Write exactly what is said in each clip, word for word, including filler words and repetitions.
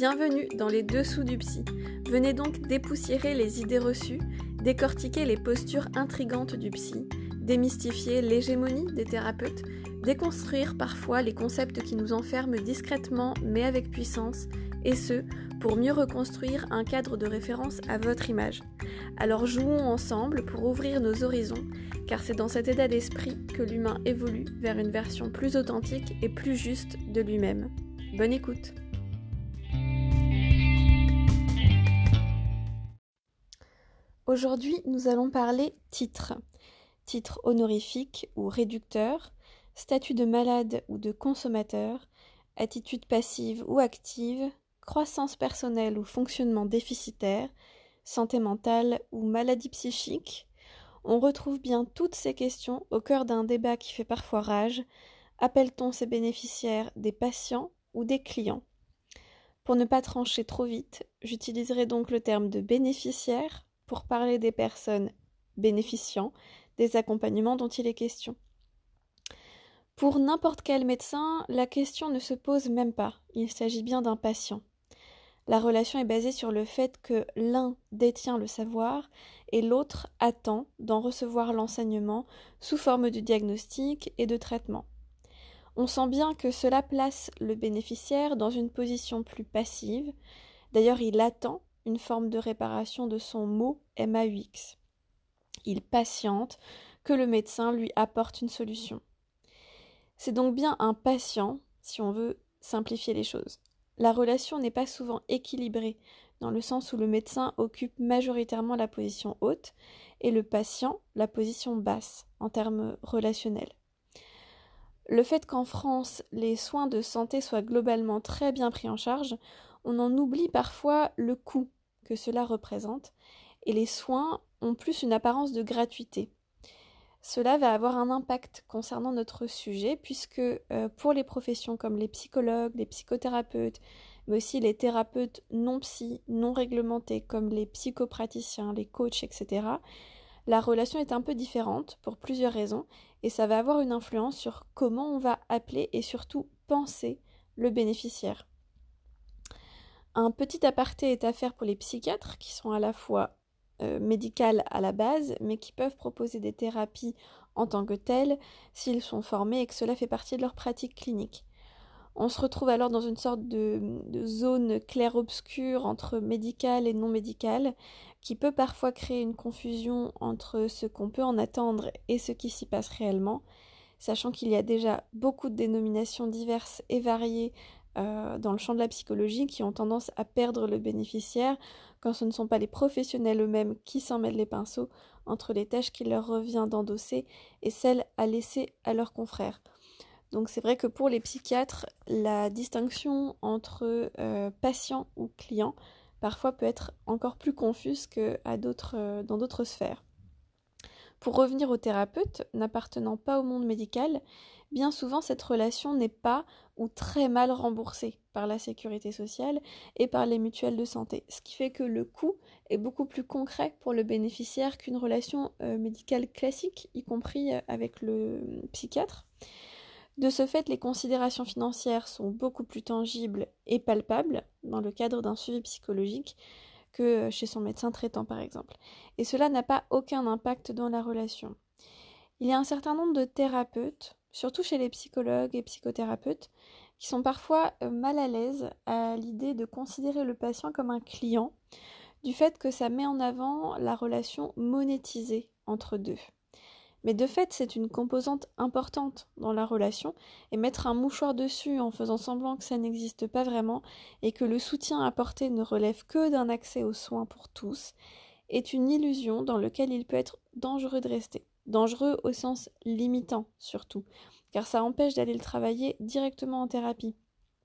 Bienvenue dans les dessous du psy. Venez donc dépoussiérer les idées reçues, décortiquer les postures intrigantes du psy, démystifier l'hégémonie des thérapeutes, déconstruire parfois les concepts qui nous enferment discrètement mais avec puissance, et ce, pour mieux reconstruire un cadre de référence à votre image. Alors jouons ensemble pour ouvrir nos horizons, car c'est dans cet état d'esprit que l'humain évolue vers une version plus authentique et plus juste de lui-même. Bonne écoute! Aujourd'hui, nous allons parler titre. Titre honorifique ou réducteur, statut de malade ou de consommateur, attitude passive ou active, croissance personnelle ou fonctionnement déficitaire, santé mentale ou maladie psychique. On retrouve bien toutes ces questions au cœur d'un débat qui fait parfois rage. Appelle-t-on ces bénéficiaires des patients ou des clients ? Pour ne pas trancher trop vite, j'utiliserai donc le terme de bénéficiaire pour parler des personnes bénéficiant des accompagnements dont il est question. Pour n'importe quel médecin, la question ne se pose même pas, il s'agit bien d'un patient. La relation est basée sur le fait que l'un détient le savoir et l'autre attend d'en recevoir l'enseignement sous forme de diagnostic et de traitement. On sent bien que cela place le bénéficiaire dans une position plus passive. D'ailleurs, il attend une forme de réparation de son mot M A U X. Il patiente que le médecin lui apporte une solution. C'est donc bien un patient, si on veut simplifier les choses. La relation n'est pas souvent équilibrée, dans le sens où le médecin occupe majoritairement la position haute et le patient la position basse, en termes relationnels. Le fait qu'en France, les soins de santé soient globalement très bien pris en charge, on en oublie parfois le coût que cela représente, et les soins ont plus une apparence de gratuité. Cela va avoir un impact concernant notre sujet, puisque euh, pour les professions comme les psychologues, les psychothérapeutes, mais aussi les thérapeutes non psy, non réglementés, comme les psychopraticiens, les coachs, et cetera, la relation est un peu différente pour plusieurs raisons, et ça va avoir une influence sur comment on va appeler et surtout penser le bénéficiaire. Un petit aparté est à faire pour les psychiatres, qui sont à la fois euh, médicales à la base, mais qui peuvent proposer des thérapies en tant que telles, s'ils sont formés et que cela fait partie de leur pratique clinique. On se retrouve alors dans une sorte de, de zone clair-obscur entre médical et non médical, qui peut parfois créer une confusion entre ce qu'on peut en attendre et ce qui s'y passe réellement, sachant qu'il y a déjà beaucoup de dénominations diverses et variées euh, dans le champ de la psychologie qui ont tendance à perdre le bénéficiaire quand ce ne sont pas les professionnels eux-mêmes qui s'en mêlent les pinceaux entre les tâches qu'il leur revient d'endosser et celles à laisser à leurs confrères. Donc c'est vrai que pour les psychiatres, la distinction entre euh, patient ou client parfois peut être encore plus confuse que à d'autres, euh, dans d'autres sphères. Pour revenir aux thérapeutes, n'appartenant pas au monde médical, bien souvent cette relation n'est pas ou très mal remboursée par la sécurité sociale et par les mutuelles de santé, ce qui fait que le coût est beaucoup plus concret pour le bénéficiaire qu'une relation euh, médicale classique, y compris avec le psychiatre. De ce fait, les considérations financières sont beaucoup plus tangibles et palpables dans le cadre d'un suivi psychologique que chez son médecin traitant par exemple. Et cela n'a pas aucun impact dans la relation. Il y a un certain nombre de thérapeutes, surtout chez les psychologues et psychothérapeutes, qui sont parfois mal à l'aise à l'idée de considérer le patient comme un client, du fait que ça met en avant la relation monétisée entre deux. Mais de fait, c'est une composante importante dans la relation, et mettre un mouchoir dessus en faisant semblant que ça n'existe pas vraiment et que le soutien apporté ne relève que d'un accès aux soins pour tous est une illusion dans laquelle il peut être dangereux de rester. Dangereux au sens limitant surtout, car ça empêche d'aller le travailler directement en thérapie.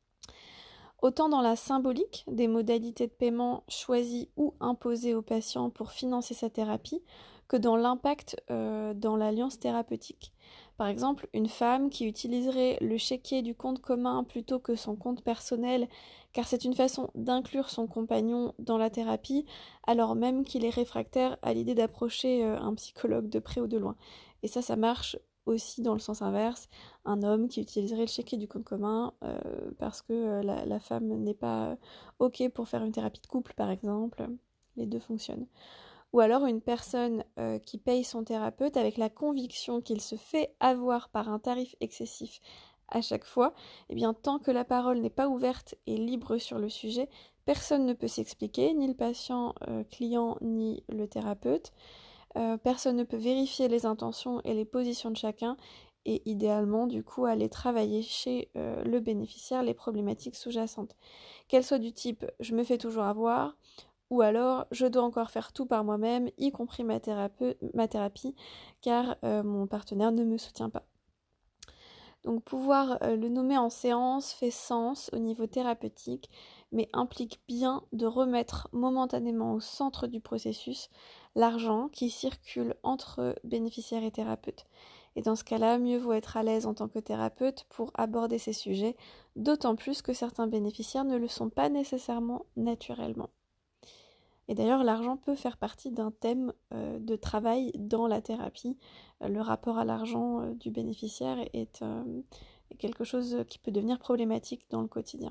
Autant dans la symbolique des modalités de paiement choisies ou imposées au patient pour financer sa thérapie, que dans l'impact euh, dans l'alliance thérapeutique. Par exemple, une femme qui utiliserait le chéquier du compte commun plutôt que son compte personnel, car c'est une façon d'inclure son compagnon dans la thérapie, alors même qu'il est réfractaire à l'idée d'approcher euh, un psychologue de près ou de loin. Et ça, ça marche aussi dans le sens inverse, un homme qui utiliserait le chéquier du compte commun euh, parce que euh, la, la femme n'est pas OK pour faire une thérapie de couple, par exemple. Les deux fonctionnent. Ou alors une personne euh, qui paye son thérapeute avec la conviction qu'il se fait avoir par un tarif excessif à chaque fois, eh bien tant que la parole n'est pas ouverte et libre sur le sujet, personne ne peut s'expliquer, ni le patient euh, client, ni le thérapeute. Euh, personne ne peut vérifier les intentions et les positions de chacun et idéalement du coup aller travailler chez euh, le bénéficiaire les problématiques sous-jacentes. Qu'elles soient du type « je me fais toujours avoir » ou alors « je dois encore faire tout par moi-même, y compris ma, thérape- ma thérapie, car euh, mon partenaire ne me soutient pas ». Donc pouvoir euh, le nommer en séance fait sens au niveau thérapeutique, mais implique bien de remettre momentanément au centre du processus l'argent qui circule entre bénéficiaires et thérapeutes. Et dans ce cas-là, mieux vaut être à l'aise en tant que thérapeute pour aborder ces sujets, d'autant plus que certains bénéficiaires ne le sont pas nécessairement naturellement. Et d'ailleurs, l'argent peut faire partie d'un thème euh, de travail dans la thérapie. Euh, le rapport à l'argent euh, du bénéficiaire est, euh, est quelque chose qui peut devenir problématique dans le quotidien.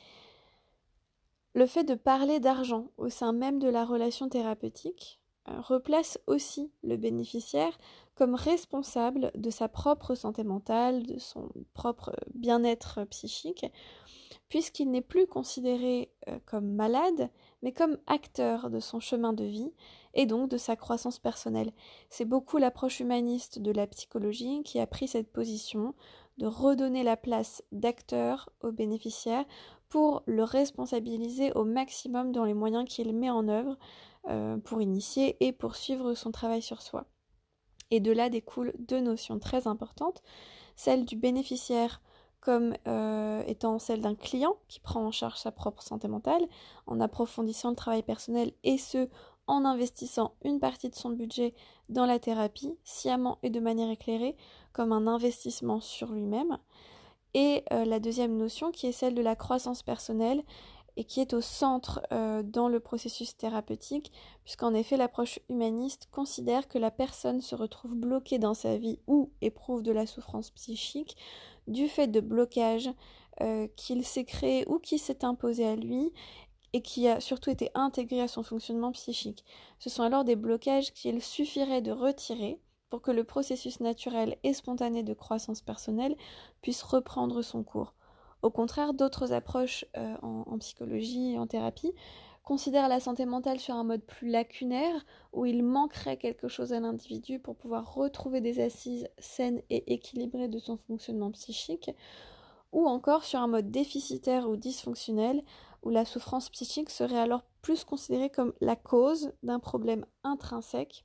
Le fait de parler d'argent au sein même de la relation thérapeutique euh, replace aussi le bénéficiaire comme responsable de sa propre santé mentale, de son propre bien-être psychique, puisqu'il n'est plus considéré euh, comme malade, mais comme acteur de son chemin de vie et donc de sa croissance personnelle. C'est beaucoup l'approche humaniste de la psychologie qui a pris cette position de redonner la place d'acteur au bénéficiaire pour le responsabiliser au maximum dans les moyens qu'il met en œuvre euh, pour initier et poursuivre son travail sur soi. Et de là découlent deux notions très importantes, celle du bénéficiaire comme euh, étant celle d'un client qui prend en charge sa propre santé mentale en approfondissant le travail personnel et ce, en investissant une partie de son budget dans la thérapie, sciemment et de manière éclairée, comme un investissement sur lui-même. Et euh, la deuxième notion qui est celle de la croissance personnelle et qui est au centre euh, dans le processus thérapeutique, puisqu'en effet l'approche humaniste considère que la personne se retrouve bloquée dans sa vie ou éprouve de la souffrance psychique du fait de blocages euh, qu'il s'est créé ou qui s'est imposé à lui et qui a surtout été intégré à son fonctionnement psychique. Ce sont alors des blocages qu'il suffirait de retirer pour que le processus naturel et spontané de croissance personnelle puisse reprendre son cours. Au contraire, d'autres approches euh, en, en psychologie et en thérapie considèrent la santé mentale sur un mode plus lacunaire, où il manquerait quelque chose à l'individu pour pouvoir retrouver des assises saines et équilibrées de son fonctionnement psychique, ou encore sur un mode déficitaire ou dysfonctionnel, où la souffrance psychique serait alors plus considérée comme la cause d'un problème intrinsèque,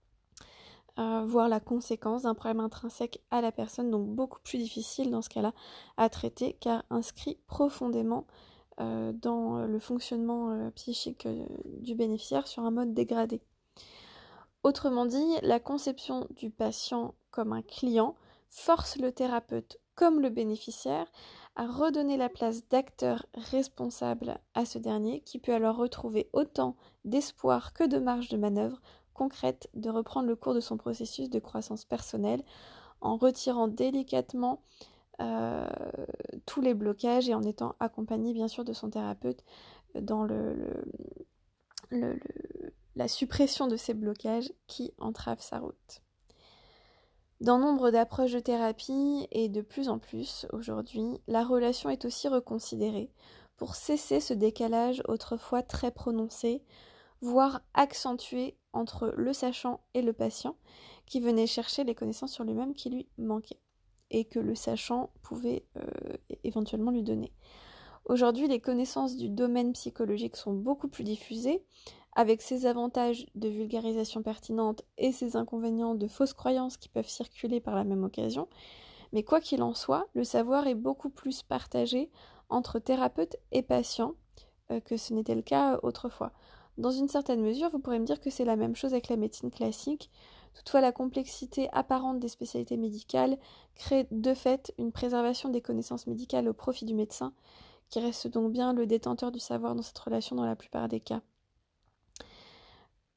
Euh, voire la conséquence d'un problème intrinsèque à la personne, donc beaucoup plus difficile dans ce cas-là à traiter car inscrit profondément euh, dans le fonctionnement euh, psychique euh, du bénéficiaire sur un mode dégradé. Autrement dit, la conception du patient comme un client force le thérapeute comme le bénéficiaire à redonner la place d'acteur responsable à ce dernier qui peut alors retrouver autant d'espoir que de marge de manœuvre concrète de reprendre le cours de son processus de croissance personnelle en retirant délicatement euh, tous les blocages et en étant accompagné bien sûr de son thérapeute dans le, le, le, le, la suppression de ces blocages qui entravent sa route. Dans nombre d'approches de thérapie et de plus en plus aujourd'hui, la relation est aussi reconsidérée pour cesser ce décalage autrefois très prononcé, voire accentué entre le sachant et le patient, qui venait chercher les connaissances sur lui-même qui lui manquaient, et que le sachant pouvait euh, éventuellement lui donner. Aujourd'hui, les connaissances du domaine psychologique sont beaucoup plus diffusées, avec ses avantages de vulgarisation pertinente et ses inconvénients de fausses croyances qui peuvent circuler par la même occasion, mais quoi qu'il en soit, le savoir est beaucoup plus partagé entre thérapeutes et patients euh, que ce n'était le cas autrefois. Dans une certaine mesure, vous pourrez me dire que c'est la même chose avec la médecine classique. Toutefois, la complexité apparente des spécialités médicales crée de fait une préservation des connaissances médicales au profit du médecin, qui reste donc bien le détenteur du savoir dans cette relation dans la plupart des cas.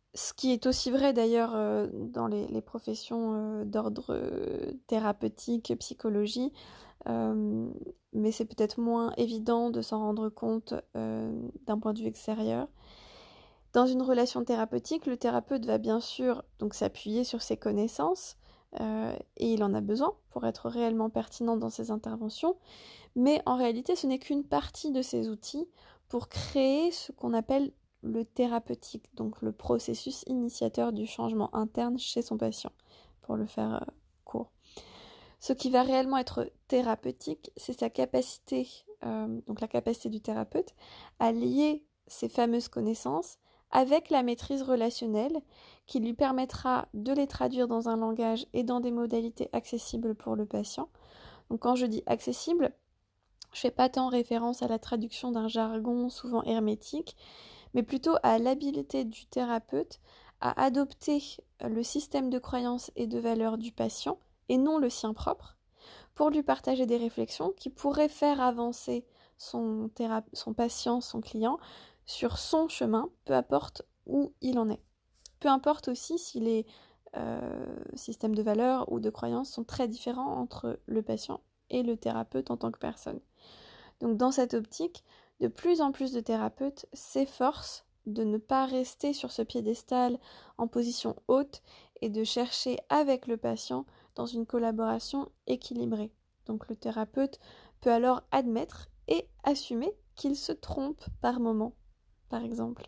Ce qui est aussi vrai d'ailleurs euh, dans les, les professions euh, d'ordre euh, thérapeutique, psychologie, euh, mais c'est peut-être moins évident de s'en rendre compte euh, d'un point de vue extérieur. Dans une relation thérapeutique, le thérapeute va bien sûr donc s'appuyer sur ses connaissances, euh, et il en a besoin pour être réellement pertinent dans ses interventions, mais en réalité ce n'est qu'une partie de ses outils pour créer ce qu'on appelle le thérapeutique, donc le processus initiateur du changement interne chez son patient, pour le faire euh, court. Ce qui va réellement être thérapeutique, c'est sa capacité, euh, donc la capacité du thérapeute, à lier ces fameuses connaissances avec la maîtrise relationnelle qui lui permettra de les traduire dans un langage et dans des modalités accessibles pour le patient. Donc quand je dis accessible, je ne fais pas tant référence à la traduction d'un jargon souvent hermétique, mais plutôt à l'habilité du thérapeute à adopter le système de croyances et de valeurs du patient et non le sien propre, pour lui partager des réflexions qui pourraient faire avancer son, théra- son patient, son client, sur son chemin, peu importe où il en est. Peu importe aussi si les euh, systèmes de valeurs ou de croyances sont très différents entre le patient et le thérapeute en tant que personne. Donc dans cette optique, de plus en plus de thérapeutes s'efforcent de ne pas rester sur ce piédestal en position haute et de chercher avec le patient dans une collaboration équilibrée. Donc le thérapeute peut alors admettre et assumer qu'il se trompe par moment, par exemple.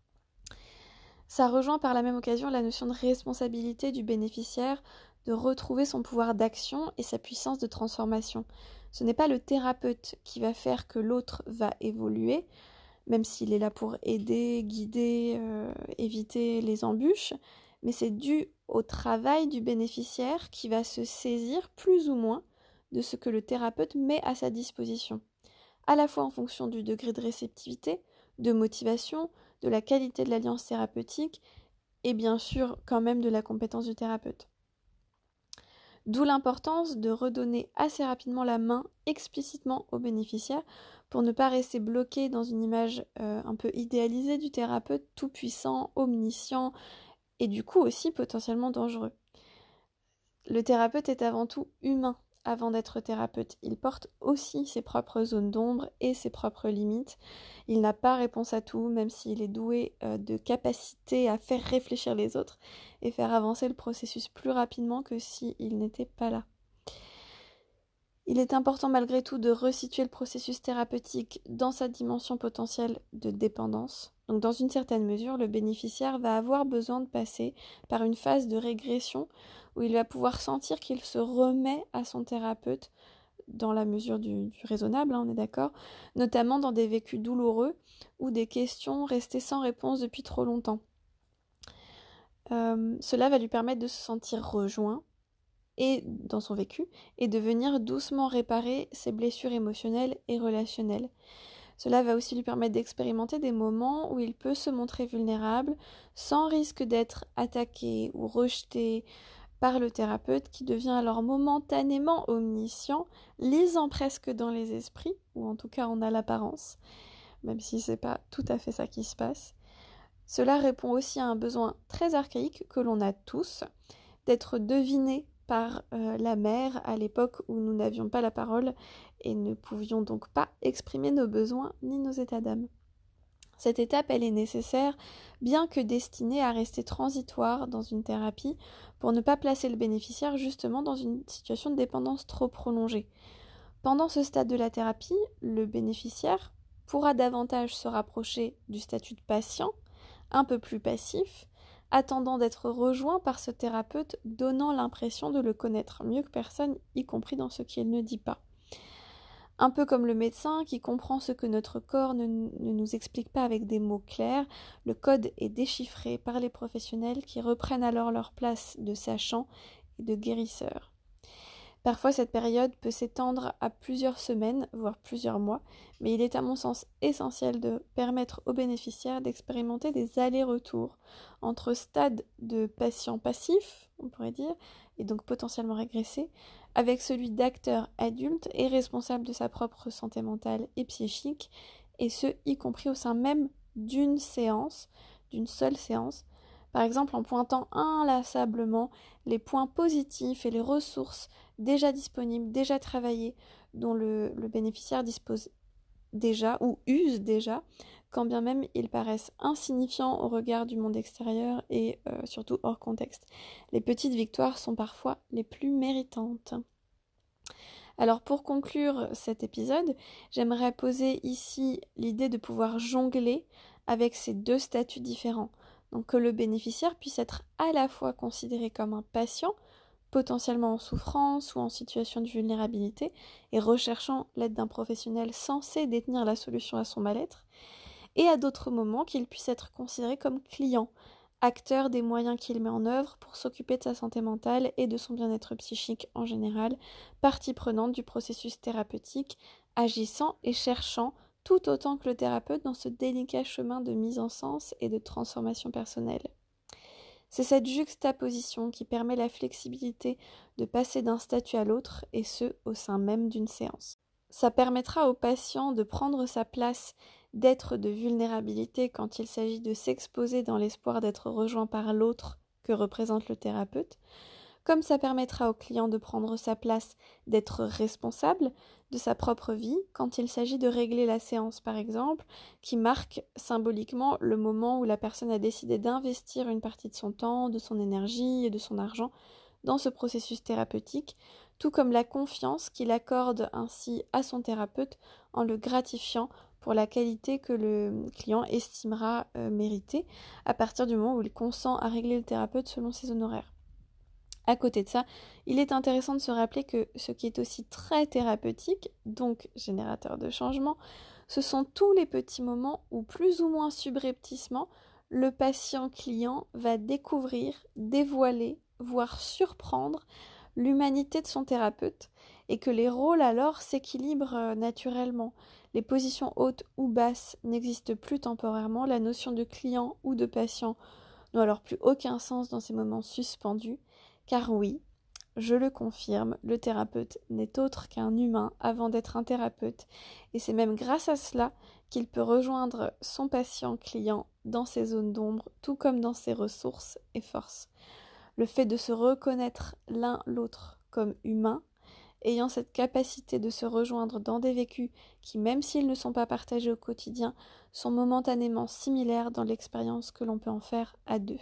Ça rejoint par la même occasion la notion de responsabilité du bénéficiaire de retrouver son pouvoir d'action et sa puissance de transformation. Ce n'est pas le thérapeute qui va faire que l'autre va évoluer, même s'il est là pour aider, guider, euh, éviter les embûches, mais c'est dû au travail du bénéficiaire qui va se saisir plus ou moins de ce que le thérapeute met à sa disposition, à la fois en fonction du degré de réceptivité, de motivation, de la qualité de l'alliance thérapeutique et bien sûr quand même de la compétence du thérapeute. D'où l'importance de redonner assez rapidement la main explicitement au bénéficiaire pour ne pas rester bloqué dans une image euh, un peu idéalisée du thérapeute tout puissant, omniscient et du coup aussi potentiellement dangereux. Le thérapeute est avant tout humain avant d'être thérapeute. Il porte aussi ses propres zones d'ombre et ses propres limites. Il n'a pas réponse à tout, même s'il est doué euh, de capacité à faire réfléchir les autres et faire avancer le processus plus rapidement que s'il n'était pas là. Il est important malgré tout de resituer le processus thérapeutique dans sa dimension potentielle de dépendance. Donc dans une certaine mesure, le bénéficiaire va avoir besoin de passer par une phase de régression où il va pouvoir sentir qu'il se remet à son thérapeute dans la mesure du, du raisonnable, hein, on est d'accord, notamment dans des vécus douloureux ou des questions restées sans réponse depuis trop longtemps. Euh, cela va lui permettre de se sentir rejoint et dans son vécu et de venir doucement réparer ses blessures émotionnelles et relationnelles. Cela va aussi lui permettre d'expérimenter des moments où il peut se montrer vulnérable sans risque d'être attaqué ou rejeté par le thérapeute qui devient alors momentanément omniscient, lisant presque dans les esprits, ou en tout cas en a l'apparence, même si c'est pas tout à fait ça qui se passe. Cela répond aussi à un besoin très archaïque que l'on a tous, d'être deviné par euh, la mère à l'époque où nous n'avions pas la parole et ne pouvions donc pas exprimer nos besoins ni nos états d'âme. Cette étape, elle est nécessaire, bien que destinée à rester transitoire dans une thérapie pour ne pas placer le bénéficiaire justement dans une situation de dépendance trop prolongée. Pendant ce stade de la thérapie, le bénéficiaire pourra davantage se rapprocher du statut de patient, un peu plus passif, attendant d'être rejoint par ce thérapeute, donnant l'impression de le connaître mieux que personne, y compris dans ce qu'il ne dit pas. Un peu comme le médecin qui comprend ce que notre corps ne, ne nous explique pas avec des mots clairs, le code est déchiffré par les professionnels qui reprennent alors leur place de sachants et de guérisseurs. Parfois, cette période peut s'étendre à plusieurs semaines, voire plusieurs mois, mais il est à mon sens essentiel de permettre aux bénéficiaires d'expérimenter des allers-retours entre stade de patient passif, on pourrait dire, et donc potentiellement régressé, avec celui d'acteur adulte et responsable de sa propre santé mentale et psychique, et ce, y compris au sein même d'une séance, d'une seule séance, Par exemple en pointant inlassablement les points positifs et les ressources déjà disponibles, déjà travaillées, dont le, le bénéficiaire dispose déjà ou use déjà, quand bien même ils paraissent insignifiants au regard du monde extérieur et euh, surtout hors contexte. Les petites victoires sont parfois les plus méritantes. Alors pour conclure cet épisode, j'aimerais poser ici l'idée de pouvoir jongler avec ces deux statuts différents. Donc que le bénéficiaire puisse être à la fois considéré comme un patient, potentiellement en souffrance ou en situation de vulnérabilité, et recherchant l'aide d'un professionnel censé détenir la solution à son mal-être, et à d'autres moments qu'il puisse être considéré comme client, acteur des moyens qu'il met en œuvre pour s'occuper de sa santé mentale et de son bien-être psychique en général, partie prenante du processus thérapeutique, agissant et cherchant tout autant que le thérapeute dans ce délicat chemin de mise en sens et de transformation personnelle. C'est cette juxtaposition qui permet la flexibilité de passer d'un statut à l'autre, et ce, au sein même d'une séance. Ça permettra au patient de prendre sa place d'être de vulnérabilité quand il s'agit de s'exposer dans l'espoir d'être rejoint par l'autre que représente le thérapeute, comme ça permettra au client de prendre sa place d'être responsable de sa propre vie quand il s'agit de régler la séance par exemple, qui marque symboliquement le moment où la personne a décidé d'investir une partie de son temps, de son énergie et de son argent dans ce processus thérapeutique, tout comme la confiance qu'il accorde ainsi à son thérapeute en le gratifiant pour la qualité que le client estimera euh, méritée à partir du moment où il consent à régler le thérapeute selon ses honoraires. À côté de ça, il est intéressant de se rappeler que ce qui est aussi très thérapeutique, donc générateur de changement, ce sont tous les petits moments où plus ou moins subrepticement, le patient-client va découvrir, dévoiler, voire surprendre l'humanité de son thérapeute, et que les rôles alors s'équilibrent naturellement. Les positions hautes ou basses n'existent plus temporairement, la notion de client ou de patient n'a alors plus aucun sens dans ces moments suspendus, car oui, je le confirme, le thérapeute n'est autre qu'un humain avant d'être un thérapeute, et c'est même grâce à cela qu'il peut rejoindre son patient-client dans ses zones d'ombre, tout comme dans ses ressources et forces. Le fait de se reconnaître l'un l'autre comme humain, ayant cette capacité de se rejoindre dans des vécus qui, même s'ils ne sont pas partagés au quotidien, sont momentanément similaires dans l'expérience que l'on peut en faire à deux.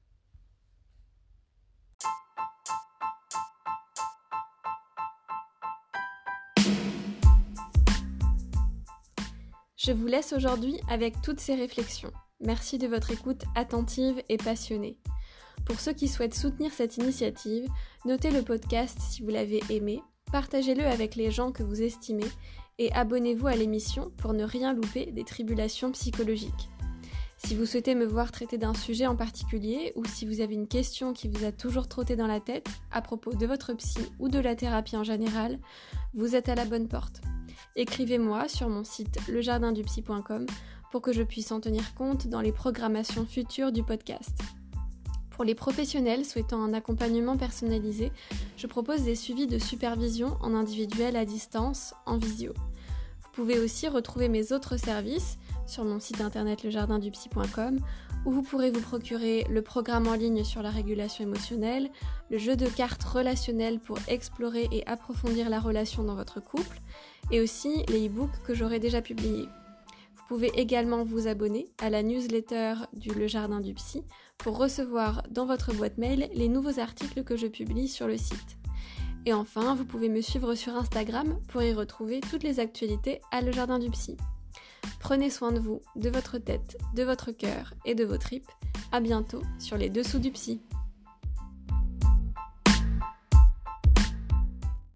Je vous laisse aujourd'hui avec toutes ces réflexions. Merci de votre écoute attentive et passionnée. Pour ceux qui souhaitent soutenir cette initiative, notez le podcast si vous l'avez aimé, partagez-le avec les gens que vous estimez et abonnez-vous à l'émission pour ne rien louper des tribulations psychologiques. Si vous souhaitez me voir traiter d'un sujet en particulier ou si vous avez une question qui vous a toujours trotté dans la tête à propos de votre psy ou de la thérapie en général, vous êtes à la bonne porte. Écrivez-moi sur mon site le jardin du psy point com pour que je puisse en tenir compte dans les programmations futures du podcast. Pour les professionnels souhaitant un accompagnement personnalisé, je propose des suivis de supervision en individuel à distance, en visio. Vous pouvez aussi retrouver mes autres services sur mon site internet le jardin du psy point com où vous pourrez vous procurer le programme en ligne sur la régulation émotionnelle, le jeu de cartes relationnel pour explorer et approfondir la relation dans votre couple, et aussi les e-books que j'aurai déjà publiés. Vous pouvez également vous abonner à la newsletter du Le Jardin du Psy pour recevoir dans votre boîte mail les nouveaux articles que je publie sur le site. Et enfin, vous pouvez me suivre sur Instagram pour y retrouver toutes les actualités à Le Jardin du Psy. Prenez soin de vous, de votre tête, de votre cœur et de vos tripes. À bientôt sur les Dessous du Psy.